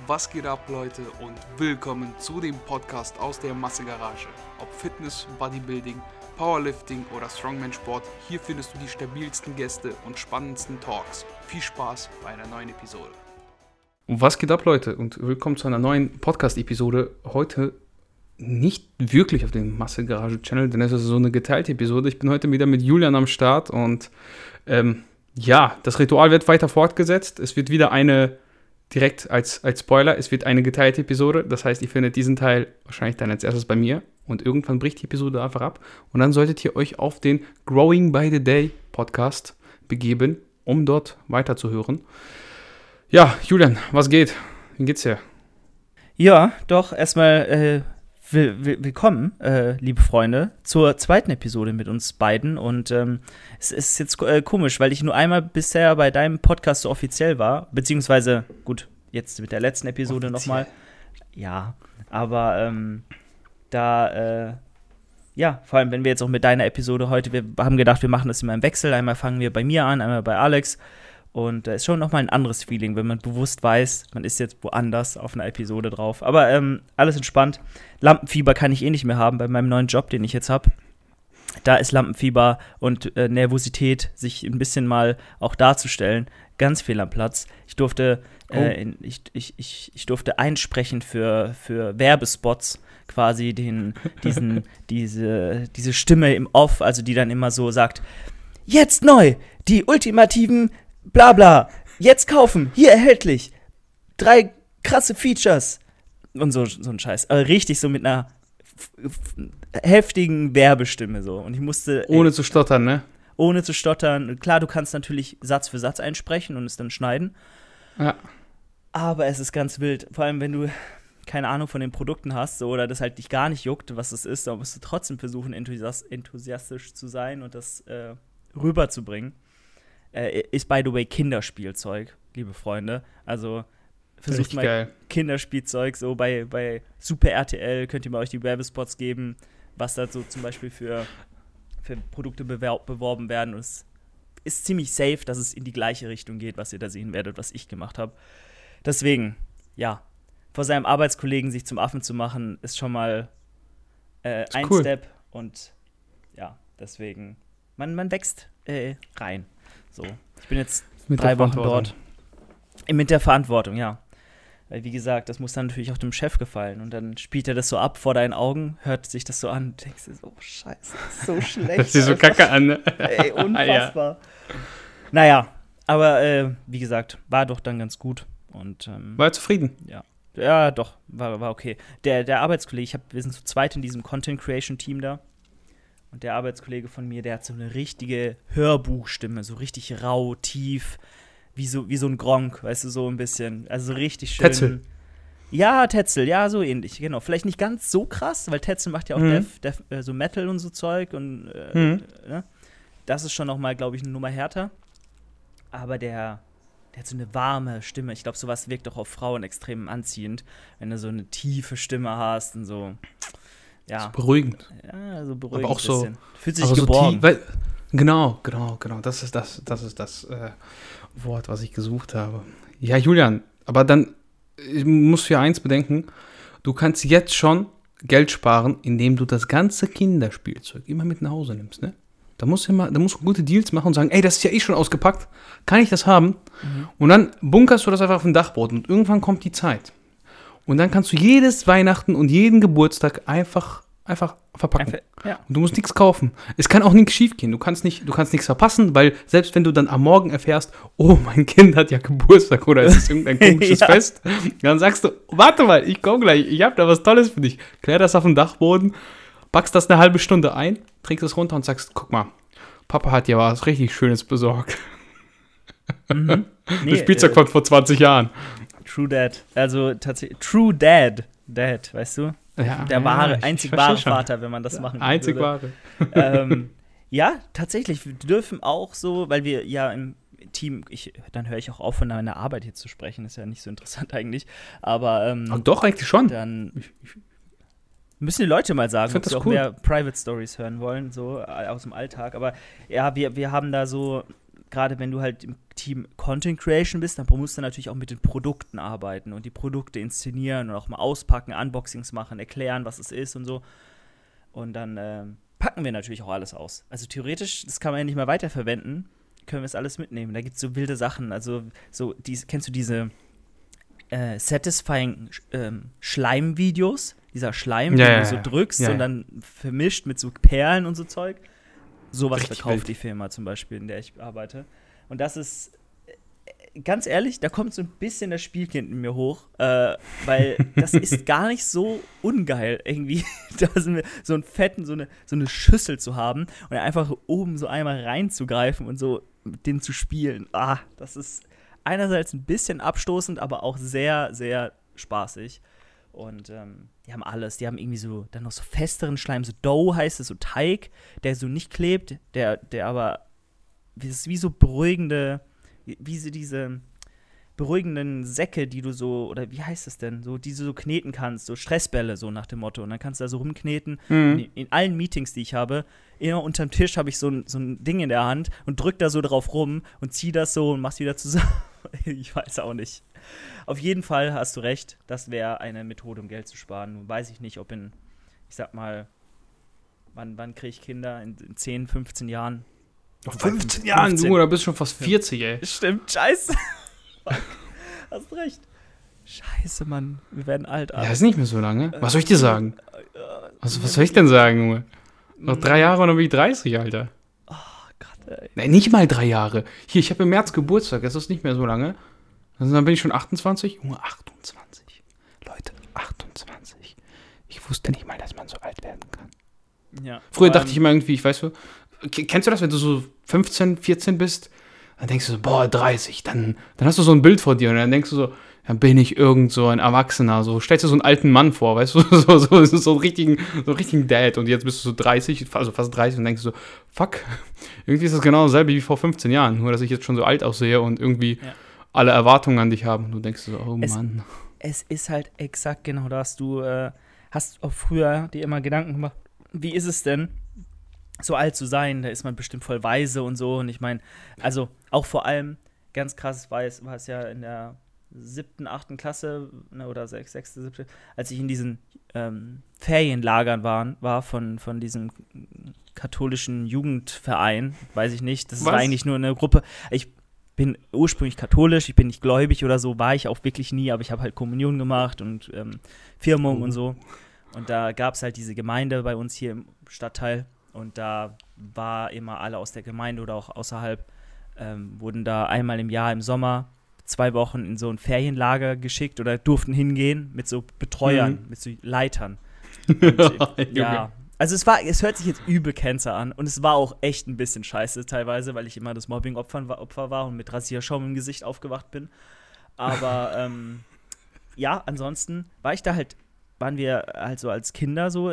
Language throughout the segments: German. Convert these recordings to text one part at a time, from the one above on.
Was geht ab, Leute, und willkommen zu dem Podcast aus der Massegarage. Ob Fitness, Bodybuilding, Powerlifting oder Strongman-Sport, hier findest du die stabilsten Gäste und spannendsten Talks. Viel Spaß bei einer neuen Episode. Was geht ab, Leute, und willkommen zu einer neuen Podcast-Episode. Heute nicht wirklich auf dem Massegarage-Channel, denn es ist so eine geteilte Episode. Ich bin heute wieder mit Julian am Start und das Ritual wird weiter fortgesetzt. Es wird wieder direkt als Spoiler, es wird eine geteilte Episode. Das heißt, ihr findet diesen Teil wahrscheinlich dann als erstes bei mir. Und irgendwann bricht die Episode einfach ab. Und dann solltet ihr euch auf den Growing by the Day Podcast begeben, um dort weiterzuhören. Ja, Julian, was geht? Wie geht's dir? Ja, doch, erstmal willkommen, liebe Freunde, zur zweiten Episode mit uns beiden. Und es ist jetzt komisch, weil ich nur einmal bisher bei deinem Podcast so offiziell war, beziehungsweise, gut, jetzt mit der letzten Episode nochmal. Ja, aber vor allem, wenn wir jetzt auch mit deiner Episode heute, wir haben gedacht, wir machen das immer im Wechsel. Einmal fangen wir bei mir an, einmal bei Alex. Und ist schon nochmal ein anderes Feeling, wenn man bewusst weiß, man ist jetzt woanders auf einer Episode drauf. Aber alles entspannt. Lampenfieber kann ich eh nicht mehr haben bei meinem neuen Job, den ich jetzt habe. Da ist Lampenfieber und Nervosität, sich ein bisschen mal auch darzustellen, ganz viel am Platz. Ich durfte ich durfte einsprechen für Werbespots, quasi diese Stimme im Off, also die dann immer so sagt: Jetzt neu, die ultimativen Blabla, jetzt kaufen, hier erhältlich, 3 krasse Features und so ein Scheiß. Aber richtig so mit einer heftigen Werbestimme so. Und ich musste Ohne zu stottern, ne? Ohne zu stottern. Klar, du kannst natürlich Satz für Satz einsprechen und es dann schneiden. Ja. Aber es ist ganz wild. Vor allem, wenn du keine Ahnung von den Produkten hast so, oder das halt dich gar nicht juckt, was das ist, dann musst du trotzdem versuchen, enthusiastisch zu sein und das rüberzubringen. Ist, by the way, Kinderspielzeug, liebe Freunde. Also versucht mal geil. Kinderspielzeug, so bei Super RTL könnt ihr mal euch die Werbespots geben, was da so zum Beispiel für Produkte beworben werden. Und es ist ziemlich safe, dass es in die gleiche Richtung geht, was ihr da sehen werdet, was ich gemacht habe. Deswegen, ja, vor seinem Arbeitskollegen sich zum Affen zu machen, ist schon mal ein cool. Step. Und ja, deswegen, man wächst rein. So, ich bin jetzt 3 Wochen dort. Mit der Verantwortung, ja. Weil, wie gesagt, das muss dann natürlich auch dem Chef gefallen. Und dann spielt er das so ab vor deinen Augen, hört sich das so an und denkst dir so, oh, scheiße, das ist so schlecht. Das sieht so kacke an, ne? Ey, unfassbar. Ja. Naja, aber wie gesagt, war doch dann ganz gut. Und, war er zufrieden? Ja, doch, war okay. Der Arbeitskollege, wir sind zu zweit in diesem Content-Creation-Team da. Und der Arbeitskollege von mir, der hat so eine richtige Hörbuchstimme, so richtig rau, tief, wie so ein Gronkh, weißt du, so ein bisschen. Also so richtig schön. Tetzel. Ja, Tetzel, ja, so ähnlich, genau. Vielleicht nicht ganz so krass, weil Tetzel macht ja auch so Metal und so Zeug. Und ne? Das ist schon noch mal, glaube ich, eine Nummer härter. Aber der hat so eine warme Stimme. Ich glaube, sowas wirkt auch auf Frauen extrem anziehend, wenn du so eine tiefe Stimme hast und so. Ja. So beruhigend. Ja, so beruhigend. Aber auch so. Fühlt sich geborgen. So genau. Das ist das Wort, was ich gesucht habe. Ja, Julian, aber dann musst du ja eins bedenken. Du kannst jetzt schon Geld sparen, indem du das ganze Kinderspielzeug immer mit nach Hause nimmst, ne? Da musst du gute Deals machen und sagen, ey, das ist ja eh schon ausgepackt. Kann ich das haben? Und dann bunkerst du das einfach auf dem Dachboden und irgendwann kommt die Zeit. Und dann kannst du jedes Weihnachten und jeden Geburtstag einfach verpacken. Ja. Und du musst nichts kaufen. Es kann auch nichts schief gehen. Du kannst nichts verpassen, weil selbst wenn du dann am Morgen erfährst, oh, mein Kind hat ja Geburtstag oder es ist irgendein komisches Fest, dann sagst du, warte mal, ich komme gleich, ich habe da was Tolles für dich. Klär das auf dem Dachboden, packst das eine halbe Stunde ein, trägst es runter und sagst, guck mal, Papa hat ja was richtig Schönes besorgt. Das Spielzeug von vor 20 Jahren. True Dad. Also tatsächlich, True Dad, weißt du? Ja, der einzig wahre Vater, wenn man das machen würde. Einzig wahre. Ja, tatsächlich, wir dürfen auch so, weil wir ja im Team, dann höre ich auch auf, von meiner Arbeit hier zu sprechen, ist ja nicht so interessant eigentlich, aber doch, eigentlich schon. Dann müssen die Leute mal sagen, ob sie auch mehr Private Stories hören wollen, so aus dem Alltag, aber ja, wir haben da so gerade wenn du halt im Team Content Creation bist, dann musst du natürlich auch mit den Produkten arbeiten und die Produkte inszenieren und auch mal auspacken, Unboxings machen, erklären, was es ist und so. Und dann packen wir natürlich auch alles aus. Also theoretisch, das kann man ja nicht mehr weiterverwenden, können wir es alles mitnehmen. Da gibt es so wilde Sachen. Also kennst du diese Satisfying Schleimvideos? Dieser Schleim, den du so drückst und dann vermischt mit so Perlen und so Zeug. Sowas Richtig verkauft wild. die Firma zum Beispiel, in der ich arbeite. Und das ist, ganz ehrlich, da kommt so ein bisschen das Spielkind in mir hoch, weil das ist gar nicht so ungeil, irgendwie, da so einen fetten, so eine Schüssel zu haben und einfach oben so einmal reinzugreifen und so mit dem zu spielen. Das ist einerseits ein bisschen abstoßend, aber auch sehr, sehr spaßig. Und die haben alles. Die haben irgendwie so dann noch so festeren Schleim, so Dough heißt es, so Teig, der so nicht klebt, der aber wie so beruhigende, wie so diese beruhigenden Säcke, die du so, oder wie heißt das denn, so, die du so kneten kannst, so Stressbälle, so nach dem Motto. Und dann kannst du da so rumkneten. In allen Meetings, die ich habe, immer unterm Tisch habe ich so ein Ding in der Hand und drück da so drauf rum und zieh das so und mach's wieder zusammen. Ich weiß auch nicht. Auf jeden Fall hast du recht, das wäre eine Methode, um Geld zu sparen. Nun weiß ich nicht, ob ich sag mal, wann kriege ich Kinder? In 10, 15 Jahren? 15 Jahren, du, da bist du schon fast 40, ey. Stimmt, scheiße. Hast recht. Scheiße, Mann, wir werden alt. Ja, ist nicht mehr so lange. Was soll ich dir sagen? Was soll ich denn sagen, Junge? Noch 3 Jahre und dann bin ich 30, Alter. Oh Gott, ey. Nee, nicht mal 3 Jahre. Hier, ich habe im März Geburtstag, das ist nicht mehr so lange. Also dann bin ich schon 28. Junge, 28. Leute, 28. Ich wusste nicht mal, dass man so alt werden kann. Ja, Früher dachte ich immer irgendwie, ich weiß so, kennst du das, wenn du so 15, 14 bist? Dann denkst du so, boah, 30. Dann hast du so ein Bild vor dir und dann denkst du so, dann bin ich irgend so ein Erwachsener. So stellst du so einen alten Mann vor, weißt du, so einen richtigen Dad. Und jetzt bist du so 30, also fast 30 und denkst so, fuck, irgendwie ist das genau dasselbe wie vor 15 Jahren. Nur, dass ich jetzt schon so alt aussehe und irgendwie alle Erwartungen an dich haben. Und du denkst so, oh Mann. Es ist halt exakt genau das. Du hast auch früher dir immer Gedanken gemacht, wie ist es denn, so alt zu sein? Da ist man bestimmt voll weise und so. Und ich meine, also auch vor allem, ganz krass war es ja in der 7., 8. Klasse, ne, oder 6., 7., als ich in diesen Ferienlagern war von diesem katholischen Jugendverein, weiß ich nicht, das war eigentlich nur eine Gruppe. Ich bin ursprünglich katholisch, ich bin nicht gläubig oder so, war ich auch wirklich nie, aber ich habe halt Kommunion gemacht und Firmung und so. Und da gab es halt diese Gemeinde bei uns hier im Stadtteil und da war immer alle aus der Gemeinde oder auch außerhalb, wurden da einmal im Jahr im Sommer 2 Wochen in so ein Ferienlager geschickt oder durften hingehen mit so Betreuern, mit so Leitern. Und, ja, also es hört sich jetzt übel Cancer an und es war auch echt ein bisschen scheiße teilweise, weil ich immer das Mobbing-Opfer war und mit Rasierschaum im Gesicht aufgewacht bin. Aber ja, ansonsten waren wir halt so als Kinder so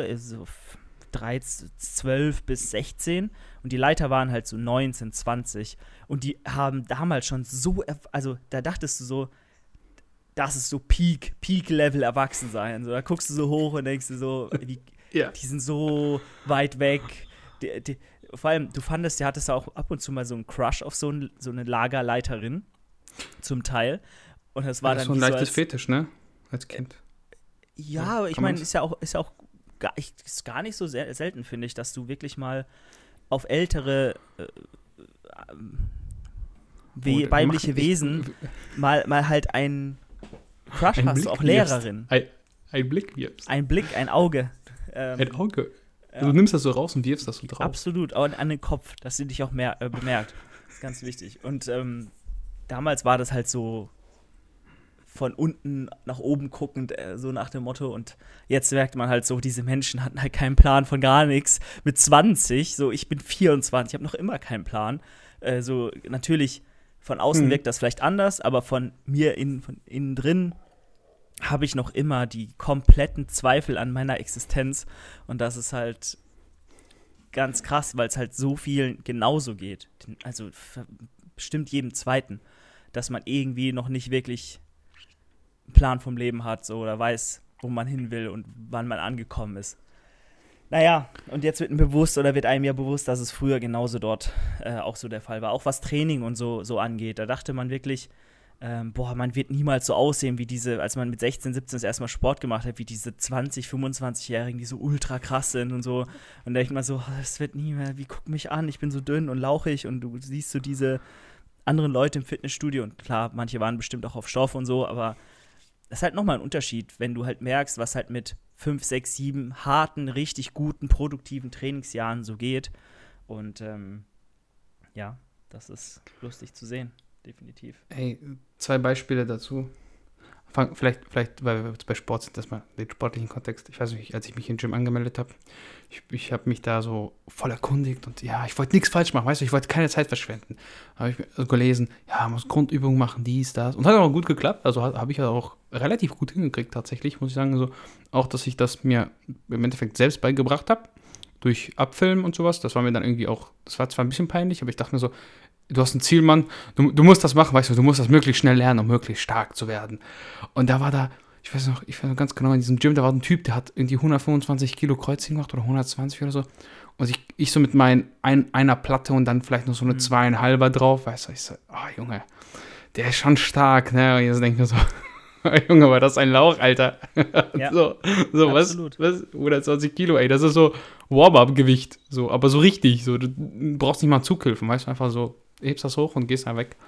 12 bis 16 und die Leiter waren halt so 19, 20 und die haben damals schon so, also da dachtest du so, das ist so Peak-Level Erwachsensein. So, da guckst du so hoch und denkst du so, die sind so weit weg. Vor allem, du hattest auch ab und zu mal so einen Crush auf so eine Lagerleiterin zum Teil. Und das war das dann ist so ein leichtes Fetisch, ne? Als Kind. Ja, ich meine, ist ja auch ist gar nicht so selten, finde ich, dass du wirklich mal auf ältere weibliche Wesen mal halt einen Crush hast, auch Lehrerin. Ein Blick wirfst. Ein Blick, ein Auge. Ein Auge. Ja. Du nimmst das so raus und wirfst das so drauf. Absolut, aber an den Kopf, dass sie dich auch mehr bemerkt. Das ist ganz wichtig. Und damals war das halt so von unten nach oben guckend, so nach dem Motto. Und jetzt merkt man halt so, diese Menschen hatten halt keinen Plan von gar nichts. Mit 20, so ich bin 24, ich habe noch immer keinen Plan. So natürlich, von außen wirkt das vielleicht anders, aber von mir von innen drin habe ich noch immer die kompletten Zweifel an meiner Existenz. Und das ist halt ganz krass, weil es halt so vielen genauso geht. Also bestimmt jedem Zweiten, dass man irgendwie noch nicht wirklich einen Plan vom Leben hat so, oder weiß, wo man hin will und wann man angekommen ist. Naja, und jetzt wird einem ja bewusst, dass es früher genauso dort auch so der Fall war. Auch was Training und so angeht. Da dachte man wirklich, man wird niemals so aussehen wie diese, als man mit 16, 17 das erste Mal Sport gemacht hat, wie diese 20, 25-Jährigen, die so ultra krass sind und so. Und da denkt man so, das wird nie mehr, wie guck mich an, ich bin so dünn und lauchig und du siehst so diese anderen Leute im Fitnessstudio und klar, manche waren bestimmt auch auf Stoff und so, aber das ist halt nochmal ein Unterschied, wenn du halt merkst, was halt mit 5, 6, 7 harten, richtig guten, produktiven Trainingsjahren so geht. Und das ist lustig zu sehen, definitiv. Hey, 2 Beispiele dazu. Vielleicht, weil wir jetzt bei Sport sind, dass mal den sportlichen Kontext. Ich weiß nicht, als ich mich im Gym angemeldet habe, ich habe mich da so voll erkundigt und ja, ich wollte nichts falsch machen, weißt du, ich wollte keine Zeit verschwenden. Habe ich gelesen, ja, man muss Grundübungen machen, dies, das. Und hat auch gut geklappt, also habe ich ja auch relativ gut hingekriegt tatsächlich, muss ich sagen. So, auch, dass ich das mir im Endeffekt selbst beigebracht habe, durch Abfilmen und sowas. Das war mir dann irgendwie auch, das war zwar ein bisschen peinlich, aber ich dachte mir so, du hast ein Ziel, Mann, du musst das machen, weißt du musst das möglichst schnell lernen, um möglichst stark zu werden. Und da war ich weiß noch ganz genau, in diesem Gym, da war ein Typ, der hat irgendwie 125 Kilo Kreuzheben gemacht oder 120 oder so. Und ich so mit einer Platte und dann vielleicht noch so eine 2,5er drauf, weißt du, ich so, Junge, der ist schon stark, ne? Und jetzt denke ich mir so, Junge, war das ein Lauch, Alter. Ja, so was 120 Kilo, ey, das ist so Warm-up-Gewicht, so, aber so richtig, so, du brauchst nicht mal Zughilfen, weißt du, einfach so, hebst das hoch und gehst dann weg.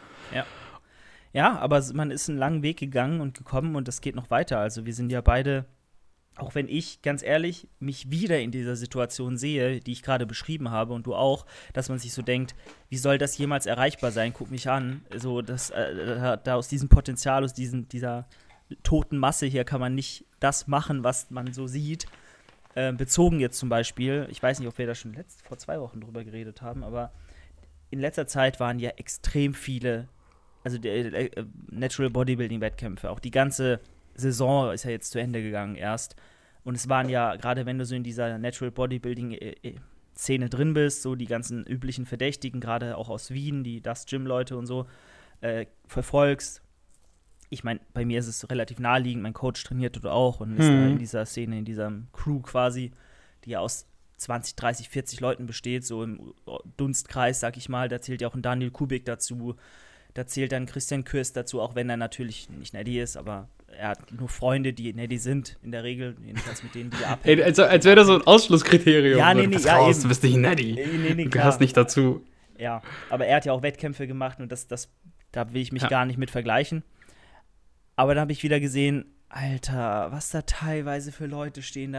Ja, aber man ist einen langen Weg gegangen und gekommen und das geht noch weiter. Also wir sind ja beide, auch wenn ich, ganz ehrlich, mich wieder in dieser Situation sehe, die ich gerade beschrieben habe und du auch, dass man sich so denkt, wie soll das jemals erreichbar sein? Guck mich an. So, da aus diesem Potenzial, aus dieser toten Masse hier kann man nicht das machen, was man so sieht. Bezogen jetzt zum Beispiel, ich weiß nicht, ob wir da schon vor 2 Wochen drüber geredet haben, aber in letzter Zeit waren ja extrem viele, also Natural Bodybuilding-Wettkämpfe, auch die ganze Saison ist ja jetzt zu Ende gegangen erst. Und es waren ja, gerade wenn du so in dieser Natural Bodybuilding-Szene drin bist, so die ganzen üblichen Verdächtigen, gerade auch aus Wien, die Das Gym-Leute und so, verfolgst. Ich meine, bei mir ist es relativ naheliegend, mein Coach trainiert dort auch und ist da in dieser Szene, in dieser Crew quasi, die ja aus 20, 30, 40 Leuten besteht, so im Dunstkreis, sag ich mal. Da zählt ja auch ein Daniel Kubik dazu, da zählt dann Christian Kürst dazu, auch wenn er natürlich nicht Neddy ist, aber er hat nur Freunde, die Neddy sind, in der Regel, jedenfalls mit denen, die abhängen. Als wäre das so ein Ausschlusskriterium. Ja, nee, ja, du bist nicht Neddy. Nee, du gehörst nicht dazu. Ja, aber er hat ja auch Wettkämpfe gemacht und da will ich mich gar nicht mit vergleichen. Aber da habe ich wieder gesehen, Alter, was da teilweise für Leute stehen,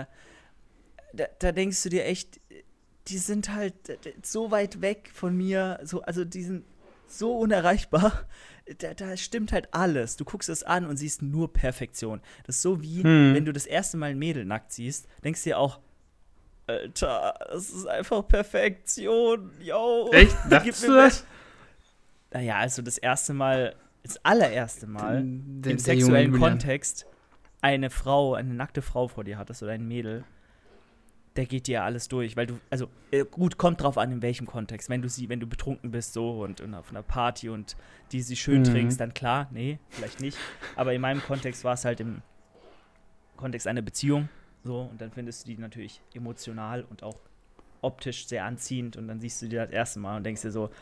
da denkst du dir echt, die sind halt so weit weg von mir, also die sind so unerreichbar, da stimmt halt alles. Du guckst es an und siehst nur Perfektion. Das ist so wie, wenn du das erste Mal ein Mädel nackt siehst, denkst du dir auch, Alter, das ist einfach Perfektion, yo. Echt? Dachtest du das? Naja, also das allererste Mal im sexuellen Kontext eine nackte Frau vor dir hattest oder ein Mädel, der geht dir alles durch, weil du, also gut, kommt drauf an, in welchem Kontext. Wenn du betrunken bist so und auf einer Party und sie schön trinkst, dann klar, nee, vielleicht nicht. Aber in meinem Kontext war es halt im Kontext einer Beziehung so und dann findest du die natürlich emotional und auch optisch sehr anziehend und dann siehst du die das erste Mal und denkst dir so,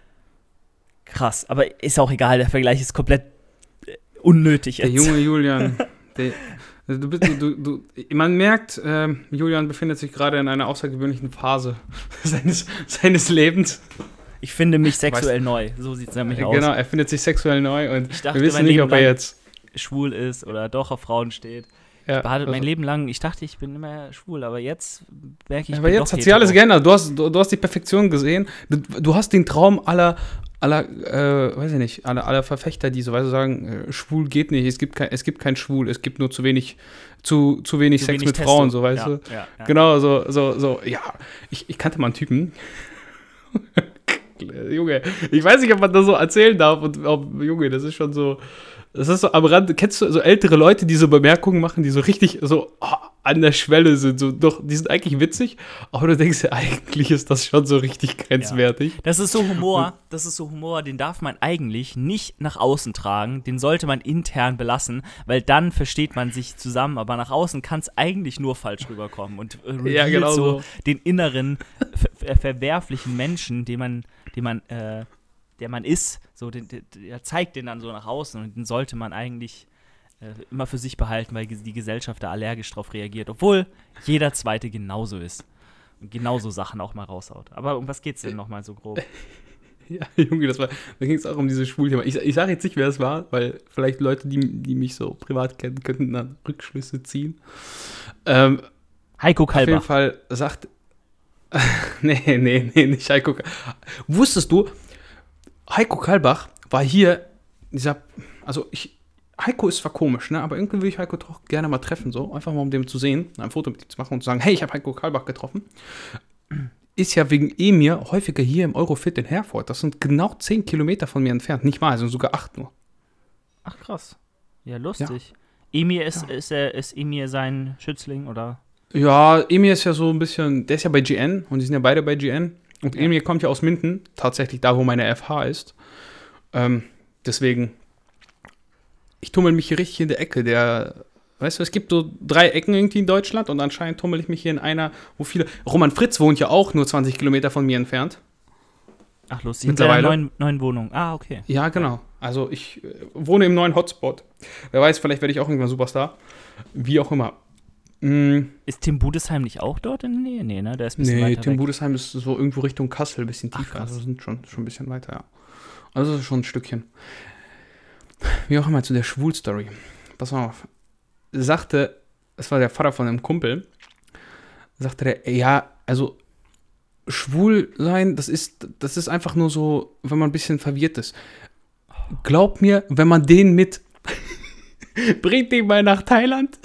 krass, aber ist auch egal, der Vergleich ist komplett unnötig jetzt. Der junge Julian, man merkt, Julian befindet sich gerade in einer außergewöhnlichen Phase seines Lebens. Ich finde mich sexuell neu, so sieht es nämlich aus. Genau, er findet sich sexuell neu und ich dachte, wir wissen nicht, ob er jetzt schwul ist oder doch auf Frauen steht. Ja, mein Leben lang, ich dachte, ich bin immer schwul, aber jetzt merke ich, aber jetzt hat sich alles geändert. Du hast die Perfektion gesehen. Du hast den Traum aller weiß ich nicht, aller Verfechter, die so sagen, schwul geht nicht, es gibt kein Schwul, es gibt nur zu wenig Sex mit Testo. Frauen, so, weißt du? Ja. Genau, so, ja. Ich kannte mal einen Typen. Junge, ich weiß nicht, ob man das so erzählen darf und Junge, das ist schon so, das ist so am Rand, kennst du so ältere Leute, die so Bemerkungen machen, die so richtig so, an der Schwelle sind. So, doch, die sind eigentlich witzig, aber du denkst ja, eigentlich ist das schon so richtig grenzwertig. Ja. Das ist so Humor, den darf man eigentlich nicht nach außen tragen, den sollte man intern belassen, weil dann versteht man sich zusammen, aber nach außen kann es eigentlich nur falsch rüberkommen und ja, genau so den inneren, verwerflichen Menschen, der man ist, so, der zeigt den dann so nach außen und den sollte man eigentlich immer für sich behalten, weil die Gesellschaft da allergisch drauf reagiert, obwohl jeder Zweite genauso ist und genauso Sachen auch mal raushaut. Aber um was geht's denn nochmal so grob? Ja, Junge, da ging es auch um dieses Schwulthema. Ich sage jetzt nicht, wer es war, weil vielleicht Leute, die mich so privat kennen, könnten dann Rückschlüsse ziehen. Heiko Kalbach. Auf jeden Fall sagt nee, nicht Heiko Kalbach. Wusstest du, Heiko Kalbach war hier, Heiko ist zwar komisch, ne, aber irgendwie will ich Heiko doch gerne mal treffen, so, einfach mal um dem zu sehen, ein Foto mit ihm zu machen und zu sagen, hey, ich habe Heiko Kalbach getroffen. Ist ja wegen Emir häufiger hier im Eurofit in Herford. Das sind genau 10 Kilometer von mir entfernt, nicht mal, also sogar 8 nur. Ach, krass. Ja, lustig. Ja. Emir ist Emir sein Schützling, oder? Ja, Emir ist ja so ein bisschen, der ist ja bei GN und die sind ja beide bei GN. Und ja. Emir kommt ja aus Minden, tatsächlich da, wo meine FH ist. Deswegen, ich tummel mich hier richtig in der Ecke. Weißt du, es gibt so 3 Ecken irgendwie in Deutschland und anscheinend tummel ich mich hier in einer, wo viele. Roman Fritz wohnt ja auch nur 20 Kilometer von mir entfernt. Ach, lustig. Mittlerweile. In der neuen Wohnung. Ah, okay. Ja, genau. Also ich wohne im neuen Hotspot. Wer weiß, vielleicht werde ich auch irgendwann Superstar. Wie auch immer. Ist Tim Budesheim nicht auch dort in der Nähe? Nee, ne? Der ist ein bisschen weiter Tim weg. Budesheim ist so irgendwo Richtung Kassel, ein bisschen tiefer. Also sind schon ein bisschen weiter, ja. Also das ist schon ein Stückchen. Wie auch immer, zu der Schwul-Story. Pass mal auf. Sagte, es war der Vater von einem Kumpel, sagte der, ja, also schwul sein, das ist einfach nur so, wenn man ein bisschen verwirrt ist. Glaub mir, wenn man den bringt den mal nach Thailand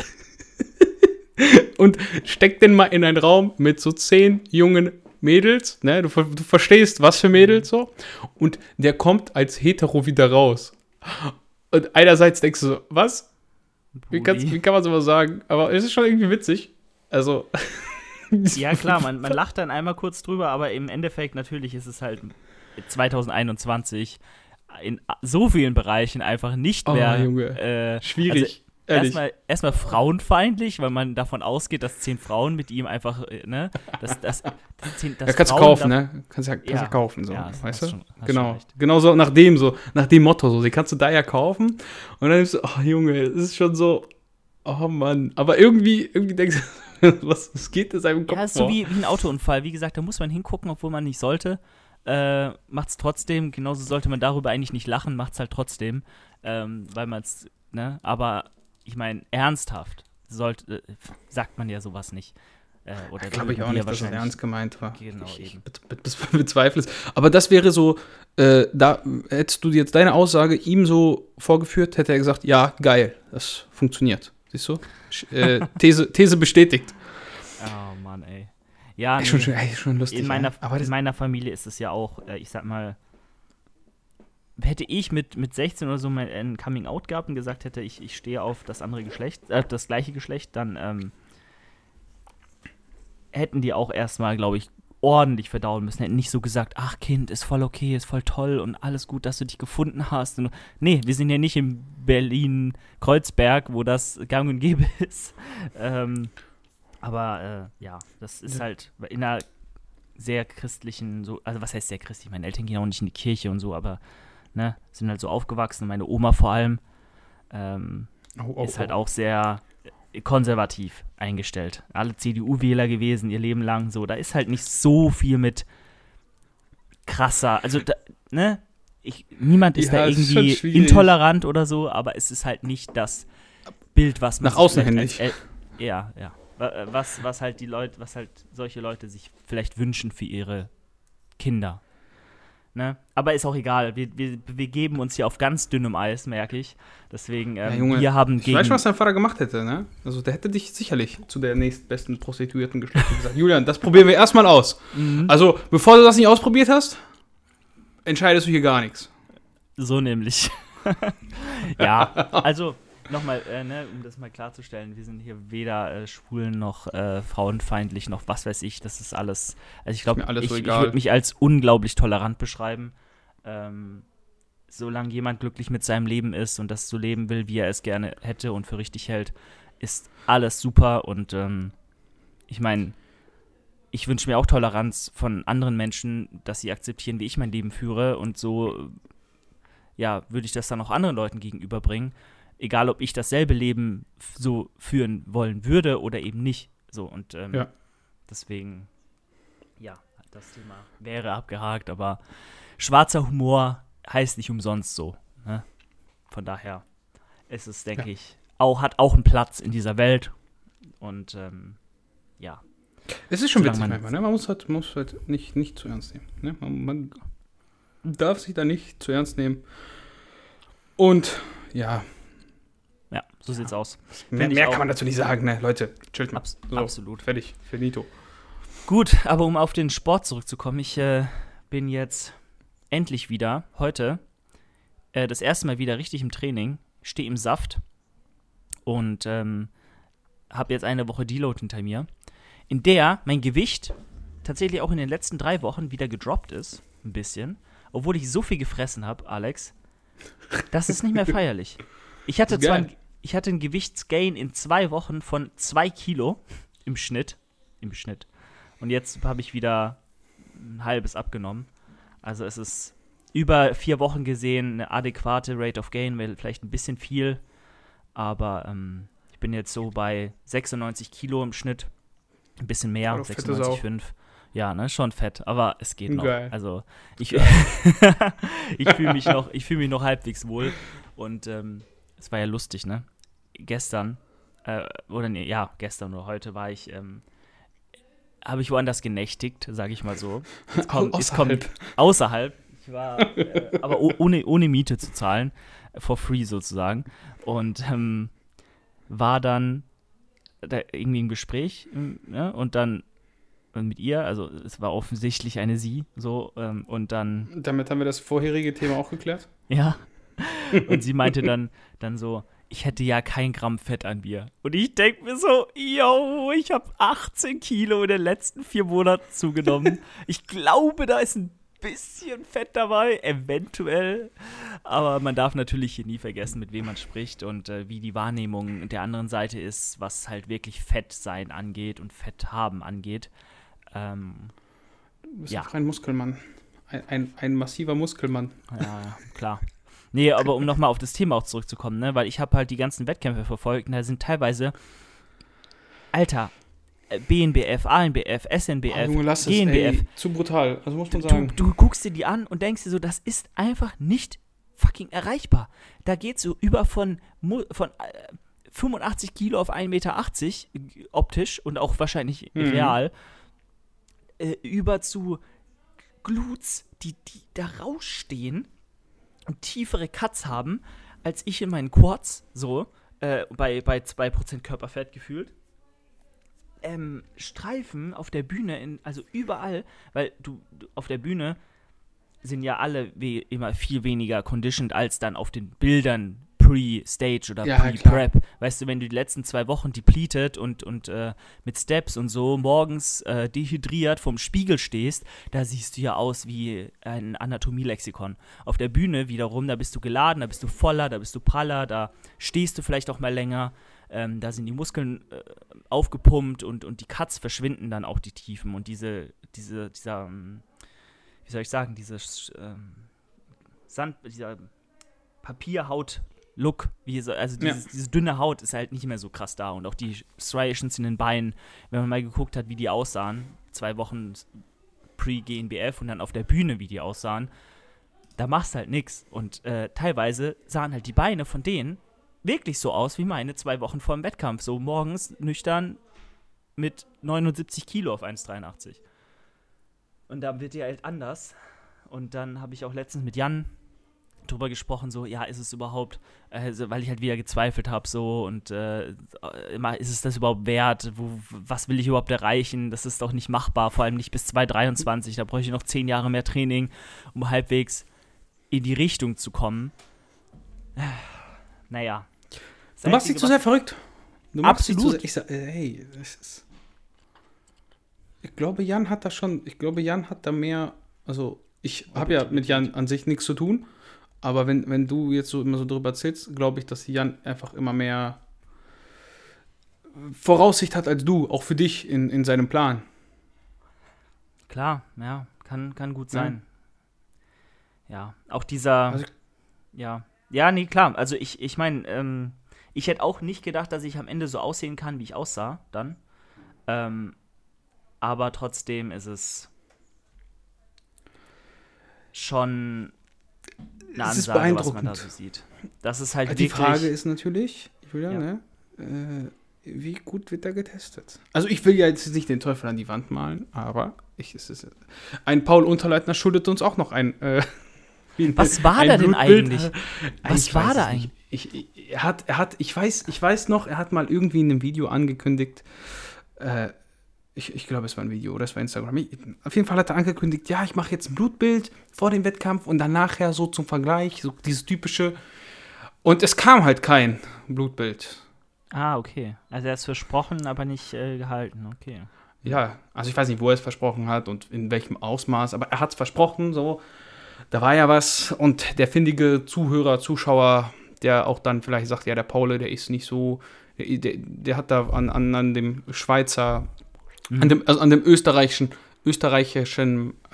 und steckt den mal in einen Raum mit so 10 jungen Mädels, ne, du verstehst, was für Mädels so, und der kommt als hetero wieder raus. Und einerseits denkst du so, was? Wie kann man sowas sagen? Aber es ist schon irgendwie witzig. Also. Ja, klar, man lacht dann einmal kurz drüber, aber im Endeffekt natürlich ist es halt 2021 in so vielen Bereichen einfach nicht mehr. Junge. Schwierig. Also erstmal frauenfeindlich, weil man davon ausgeht, dass 10 Frauen mit ihm einfach, ne? Das kannst du kaufen, ne? Kannst ja kaufen, so. Ja, weißt du? Genau so nach dem Motto, so. Die kannst du da ja kaufen. Und dann denkst du, oh Junge, das ist schon so, oh Mann. Aber irgendwie denkst du, was geht in seinem Kopf vor? Ja, ist so wie ein Autounfall. Wie gesagt, da muss man hingucken, obwohl man nicht sollte. Macht's trotzdem. Genauso sollte man darüber eigentlich nicht lachen, macht's halt trotzdem. Weil man's, ne? Aber ich meine, ernsthaft sagt man ja sowas nicht. Oder glaube ich auch nicht, dass das ernst gemeint war. Genau, ich bezweifle es. Aber das wäre so, da hättest du jetzt deine Aussage ihm so vorgeführt, hätte er gesagt, ja, geil, das funktioniert. Siehst du? These bestätigt. Oh Mann, ey. Ja, nee, schon lustig. In meiner Familie ist es ja auch, ich sag mal, hätte ich mit 16 oder so ein Coming-out gehabt und gesagt hätte, ich stehe auf das andere Geschlecht, das gleiche Geschlecht, dann hätten die auch erstmal, glaube ich, ordentlich verdauen müssen. Hätten nicht so gesagt, ach Kind, ist voll okay, ist voll toll und alles gut, dass du dich gefunden hast. Und, nee, wir sind ja nicht in Berlin-Kreuzberg, wo das gang und gäbe ist. Aber ja, das ist halt in einer sehr christlichen, also was heißt sehr christlich? Meine Eltern gehen auch nicht in die Kirche und so, aber ne, sind halt so aufgewachsen. Meine Oma vor allem ist halt auch sehr konservativ eingestellt. Alle CDU-Wähler gewesen, ihr Leben lang so. Da ist halt nicht so viel mit krasser, also ne, niemand ist da irgendwie intolerant oder so, aber es ist halt nicht das Bild, was man nach außen hin nicht. Ja. Was halt solche Leute sich vielleicht wünschen für ihre Kinder. Ne? Aber ist auch egal. Wir geben uns hier auf ganz dünnem Eis, merke ich. Deswegen, Junge, wir haben ich weiß schon, was dein Vater gemacht hätte, ne? Also der hätte dich sicherlich zu der nächstbesten Prostituierten geschleppt und gesagt, Julian, das probieren wir erstmal aus. Mhm. Also, bevor du das nicht ausprobiert hast, entscheidest du hier gar nichts. So nämlich. Ja, also nochmal, um das mal klarzustellen, wir sind hier weder schwulen noch frauenfeindlich noch was weiß ich, das ist alles, also ich glaube, ich würde mich als unglaublich tolerant beschreiben, solange jemand glücklich mit seinem Leben ist und das so leben will, wie er es gerne hätte und für richtig hält, ist alles super und ich meine, ich wünsche mir auch Toleranz von anderen Menschen, dass sie akzeptieren, wie ich mein Leben führe und so, ja, würde ich das dann auch anderen Leuten gegenüberbringen, egal ob ich dasselbe Leben so führen wollen würde oder eben nicht, so und deswegen, ja, das Thema wäre abgehakt, aber schwarzer Humor heißt nicht umsonst so, ne? Von daher ist es, denke ich, hat auch einen Platz in dieser Welt und ja. Es ist schon witzig manchmal, ne? Man muss halt nicht zu ernst nehmen, ne? Man darf sich da nicht zu ernst nehmen und ja. Ja, so sieht's aus. Mehr kann man dazu nicht sagen, ne? Leute, chillt mal. Absolut. Fertig, finito. Gut, aber um auf den Sport zurückzukommen, ich bin jetzt endlich wieder, heute, das erste Mal wieder richtig im Training, stehe im Saft und habe jetzt eine Woche Deload hinter mir, in der mein Gewicht tatsächlich auch in den letzten 3 Wochen wieder gedroppt ist, ein bisschen, obwohl ich so viel gefressen habe, Alex, das ist nicht mehr feierlich. Ich hatte einen Gewichtsgain in 2 Wochen von 2 Kilo im Schnitt. Und jetzt habe ich wieder ein halbes abgenommen. Also es ist über 4 Wochen gesehen eine adäquate Rate of Gain, vielleicht ein bisschen viel, aber ich bin jetzt so bei 96 Kilo im Schnitt, ein bisschen mehr, 96,5. Ja, ne, schon fett, aber es geht noch. Geil. Also ich fühle mich noch halbwegs wohl und es war ja lustig, ne? Gestern oder heute war ich habe ich woanders genächtigt, sage ich mal so. Außerhalb. Ich war, aber ohne Miete zu zahlen, for free sozusagen. Und war dann da irgendwie im Gespräch und dann mit ihr, also es war offensichtlich eine sie, so, und dann... Damit haben wir das vorherige Thema auch geklärt? Ja. Und sie meinte dann so, ich hätte ja kein Gramm Fett an mir. Und ich denke mir so, yo, ich habe 18 Kilo in den letzten 4 Monaten zugenommen. Ich glaube, da ist ein bisschen Fett dabei, eventuell. Aber man darf natürlich hier nie vergessen, mit wem man spricht und wie die Wahrnehmung der anderen Seite ist, was halt wirklich Fettsein angeht und Fett haben angeht. Du bist einfach ein Muskelmann. Ein massiver Muskelmann. Ja, klar. Nee, aber um nochmal auf das Thema auch zurückzukommen, ne, weil ich habe halt die ganzen Wettkämpfe verfolgt und da sind teilweise, Alter, BNBF, ANBF, SNBF, Junge, lass GNBF. Es, zu brutal, also muss man sagen. Du guckst dir die an und denkst dir so, das ist einfach nicht fucking erreichbar. Da geht so über von 85 Kilo auf 1,80 Meter optisch und auch wahrscheinlich real, über zu Glutes, die da rausstehen und tiefere Cuts haben, als ich in meinen Quads, so, bei 2% Körperfett gefühlt. Streifen auf der Bühne, also überall, weil du auf der Bühne sind ja alle immer viel weniger conditioned als dann auf den Bildern Pre-Stage oder Pre-Prep. Weißt du, wenn du die letzten 2 Wochen depleted und mit Steps und so morgens dehydriert vorm Spiegel stehst, da siehst du ja aus wie ein Anatomie-Lexikon. Auf der Bühne wiederum, da bist du geladen, da bist du voller, da bist du praller, da stehst du vielleicht auch mal länger, da sind die Muskeln aufgepumpt und die Cuts verschwinden dann auch die Tiefen und dieser, wie soll ich sagen, dieser Papierhaut-Look, diese dünne Haut ist halt nicht mehr so krass da und auch die Striations in den Beinen, wenn man mal geguckt hat, wie die aussahen, 2 Wochen Pre-GNBF und dann auf der Bühne, wie die aussahen, da machst du halt nix und teilweise sahen halt die Beine von denen wirklich so aus wie meine 2 Wochen vor dem Wettkampf, so morgens nüchtern mit 79 Kilo auf 1,83. Und da wird die halt anders. Und dann habe ich auch letztens mit Jan drüber gesprochen, so, ja, ist es überhaupt, weil ich halt wieder gezweifelt habe, so, und ist es das überhaupt wert? Was will ich überhaupt erreichen? Das ist doch nicht machbar, vor allem nicht bis 2023. Da bräuchte ich noch 10 Jahre mehr Training, um halbwegs in die Richtung zu kommen. Naja, Du machst dich zu sehr verrückt. Du machst dich Absolut. zu sehr, hey, ich glaube, Jan hat da mehr, also ich habe ja mit Jan an sich nichts zu tun, aber wenn du jetzt so immer so drüber erzählst, glaube ich, dass Jan einfach immer mehr Voraussicht hat als du, auch für dich in seinem Plan. Klar, ja, kann gut Ja. sein. Ja, auch dieser, Also, ja. Ja, nee, klar. Also ich meine, ich hätte auch nicht gedacht, dass ich am Ende so aussehen kann, wie ich aussah dann. Aber trotzdem ist es schon eine es ist Ansage, was man da beeindruckend. so sieht. Das ist halt Die wirklich. Frage ist natürlich, Julian, Ja. ne? Wie gut wird er getestet? Also ich will ja jetzt nicht den Teufel an die Wand malen, aber ein Paul Unterleitner schuldet uns auch noch Was war ein da denn Blutbild. eigentlich? Ich Was war weiß da es eigentlich? nicht. Ich weiß noch, er hat mal irgendwie in einem Video angekündigt, ich glaube, es war ein Video oder es war Instagram. Auf jeden Fall hat er angekündigt, ja, ich mache jetzt ein Blutbild vor dem Wettkampf und dann nachher so zum Vergleich, so dieses typische. Und es kam halt kein Blutbild. Ah, okay. Also er ist versprochen, aber nicht gehalten. Okay. Ja, also ich weiß nicht, wo er es versprochen hat und in welchem Ausmaß, aber er hat es versprochen, so. Da war ja was und der findige Zuhörer, Zuschauer, der auch dann vielleicht sagt, ja, der Paul, der ist nicht so, der hat da an dem Schweizer, an dem österreichischen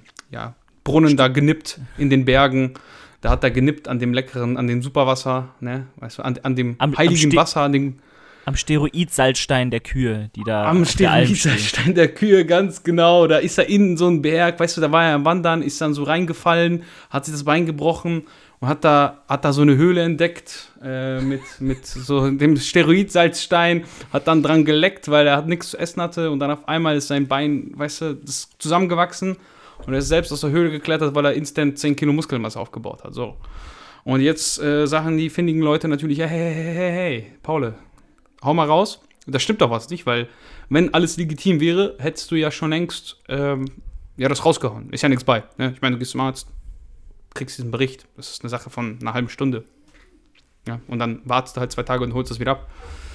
Brunnen da genippt in den Bergen. Da hat er genippt an dem leckeren, an dem Superwasser, ne, weißt du, an dem heiligen Wasser, an dem am Steroid-Salzstein der Kühe, die da am auf der Alm stehen. Steroidsalzstein der Kühe, ganz genau. Da ist er in so einen Berg, weißt du, da war er am Wandern, ist dann so reingefallen, hat sich das Bein gebrochen und hat da so eine Höhle entdeckt mit so dem Steroidsalzstein, hat dann dran geleckt, weil er nichts zu essen hatte und dann auf einmal ist sein Bein, weißt du, das zusammengewachsen und er ist selbst aus der Höhle geklettert, weil er instant 10 Kilo Muskelmasse aufgebaut hat, so. Und jetzt sagen die findigen Leute natürlich, hey, Paul, hau mal raus. Das stimmt doch was nicht, weil wenn alles legitim wäre, hättest du ja schon längst das rausgehauen. Ist ja nichts bei. Ne? Ich meine, du gehst zum Arzt, kriegst diesen Bericht. Das ist eine Sache von einer halben Stunde. Ja, und dann wartest du halt 2 Tage und holst das wieder ab.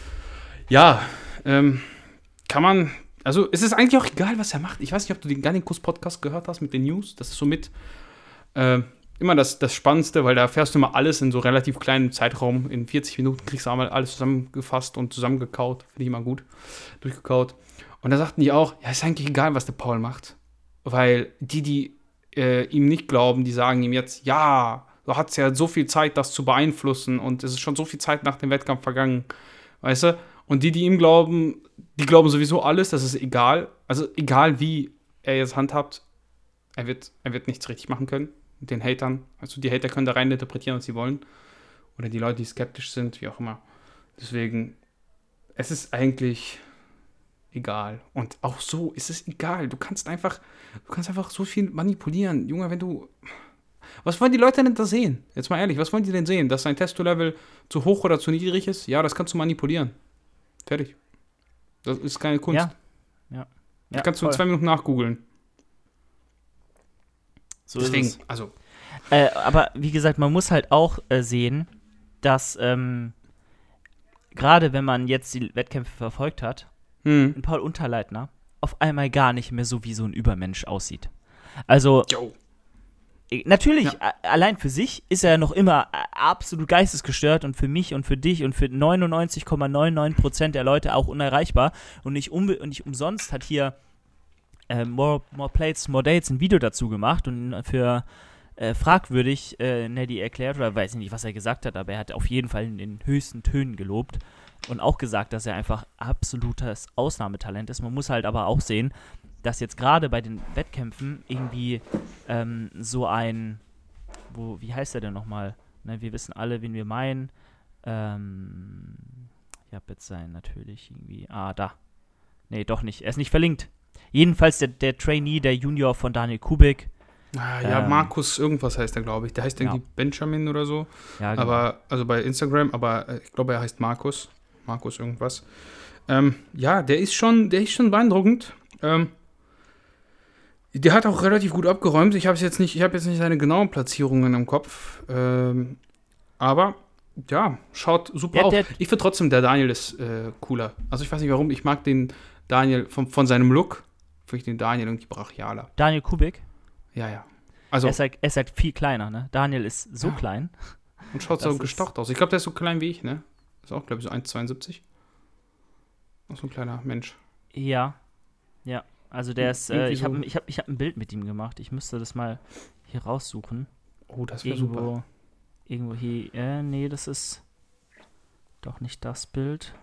Ja, kann man, also es ist eigentlich auch egal, was er macht. Ich weiß nicht, ob du den Garnikus-Podcast gehört hast mit den News. Das ist so mit immer das Spannendste, weil da erfährst du immer alles in so relativ kleinem Zeitraum. In 40 Minuten kriegst du einmal alles zusammengefasst und zusammengekaut. Finde ich immer gut. Durchgekaut. Und da sagten die auch, ja, ist eigentlich egal, was der Paul macht. Weil die ihm nicht glauben, die sagen ihm jetzt, ja, du hattest ja so viel Zeit, das zu beeinflussen und es ist schon so viel Zeit nach dem Wettkampf vergangen. Weißt du? Und die ihm glauben, die glauben sowieso alles, das ist egal. Also egal, wie er jetzt handhabt, er wird nichts richtig machen können. Mit den Hatern. Also die Hater können da rein interpretieren, was sie wollen. Oder die Leute, die skeptisch sind, wie auch immer. Deswegen, es ist eigentlich egal. Und auch so ist es egal. Du kannst einfach so viel manipulieren. Junge, was wollen die Leute denn da sehen? Jetzt mal ehrlich, was wollen die denn sehen? Dass dein Testo-Level zu hoch oder zu niedrig ist? Ja, das kannst du manipulieren. Fertig. Das ist keine Kunst. Ja. Das kannst du in 2 Minuten nachgoogeln. So Deswegen, ist es. also. Aber wie gesagt, man muss halt auch sehen, dass gerade wenn man jetzt die Wettkämpfe verfolgt hat, ein Paul Unterleitner auf einmal gar nicht mehr so wie so ein Übermensch aussieht. Also, natürlich, allein für sich ist er ja noch immer absolut geistesgestört und für mich und für dich und für 99,99% der Leute auch unerreichbar. Und nicht umsonst hat hier More Plates, More Dates ein Video dazu gemacht und für fragwürdig Neddy erklärt, oder weiß ich nicht, was er gesagt hat, aber er hat auf jeden Fall in den höchsten Tönen gelobt und auch gesagt, dass er einfach absolutes Ausnahmetalent ist. Man muss halt aber auch sehen, dass jetzt gerade bei den Wettkämpfen irgendwie so ein, wie heißt er denn nochmal? Ne, wir wissen alle, wen wir meinen. Ich habe jetzt seinen natürlich irgendwie, da. Nee, doch nicht, er ist nicht verlinkt. Jedenfalls der Trainee, der Junior von Daniel Kubik. Markus irgendwas heißt er, glaube ich. Der heißt irgendwie Benjamin oder so. Ja, genau. Aber, also bei Instagram, aber ich glaube, er heißt Markus. Markus irgendwas. Der ist schon beeindruckend. Der hat auch relativ gut abgeräumt. Ich habe jetzt nicht seine genauen Platzierungen im Kopf. Aber Ja, schaut super aus. Ich finde trotzdem, der Daniel ist cooler. Also ich weiß nicht warum, ich mag den Daniel von seinem Look, finde ich den Daniel irgendwie brachialer. Daniel Kubik? Ja. Also, er ist halt viel kleiner, ne? Daniel ist so klein. Und schaut so gestaucht aus. Ich glaube, der ist so klein wie ich, ne? Ist auch, glaube ich, so 1,72. Auch so ein kleiner Mensch. Ja. Also der ist, ich hab ein Bild mit ihm gemacht. Ich müsste das mal hier raussuchen. Oh, das wäre super. Irgendwo hier, nee, das ist doch nicht das Bild.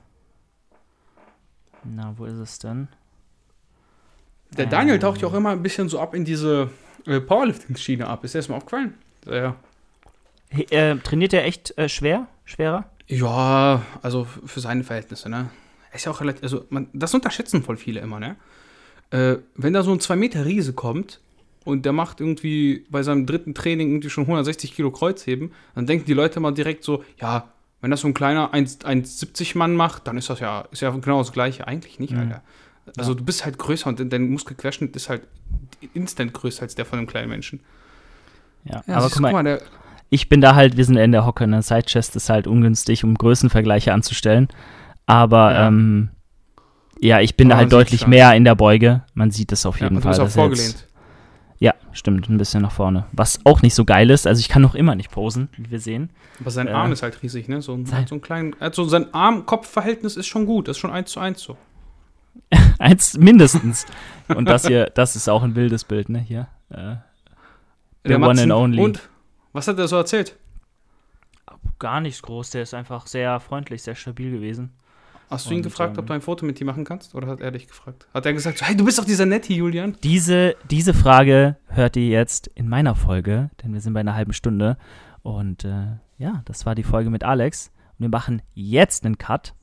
Na, wo ist es denn? Der Daniel taucht ja auch immer ein bisschen so ab in diese Powerlifting-Schiene ab. Ist dir das mal aufgefallen? Ja. Trainiert er echt schwerer? Ja, also für seine Verhältnisse, ne? Er ist ja auch relativ, also das unterschätzen voll viele immer, ne? Wenn da so ein 2-Meter-Riese kommt und der macht irgendwie bei seinem dritten Training irgendwie schon 160 Kilo Kreuzheben, dann denken die Leute mal direkt so, ja, wenn das so ein kleiner 1,70 Mann macht, dann ist ja genau das Gleiche. Eigentlich nicht, Alter. Also du bist halt größer und dein Muskelquerschnitt ist halt instant größer als der von einem kleinen Menschen. Ja, aber guck mal, ich bin da halt, wir sind in der Hocke, ne? Sidechest ist halt ungünstig, um Größenvergleiche anzustellen. Aber ich bin da halt deutlich mehr in der Beuge. Man sieht es auf jeden Fall. Du bist auch vorgelehnt. Ja, stimmt, ein bisschen nach vorne. Was auch nicht so geil ist, also ich kann noch immer nicht posen, wie wir sehen. Aber sein Arm ist halt riesig, ne? So ein kleinen, also sein Arm-Kopf-Verhältnis ist schon gut, das ist schon 1:1 so. Eins mindestens. Und das ist auch ein wildes Bild, ne? Hier. Der One and Only. Und? Was hat er so erzählt? Gar nichts groß, der ist einfach sehr freundlich, sehr stabil gewesen. Hast du ihn gefragt, ob du ein Foto mit ihm machen kannst? Oder hat er dich gefragt? Hat er gesagt, so, hey, du bist doch dieser Netti, Julian? Diese Frage hört ihr jetzt in meiner Folge, denn wir sind bei einer halben Stunde. Und das war die Folge mit Alex. Und wir machen jetzt einen Cut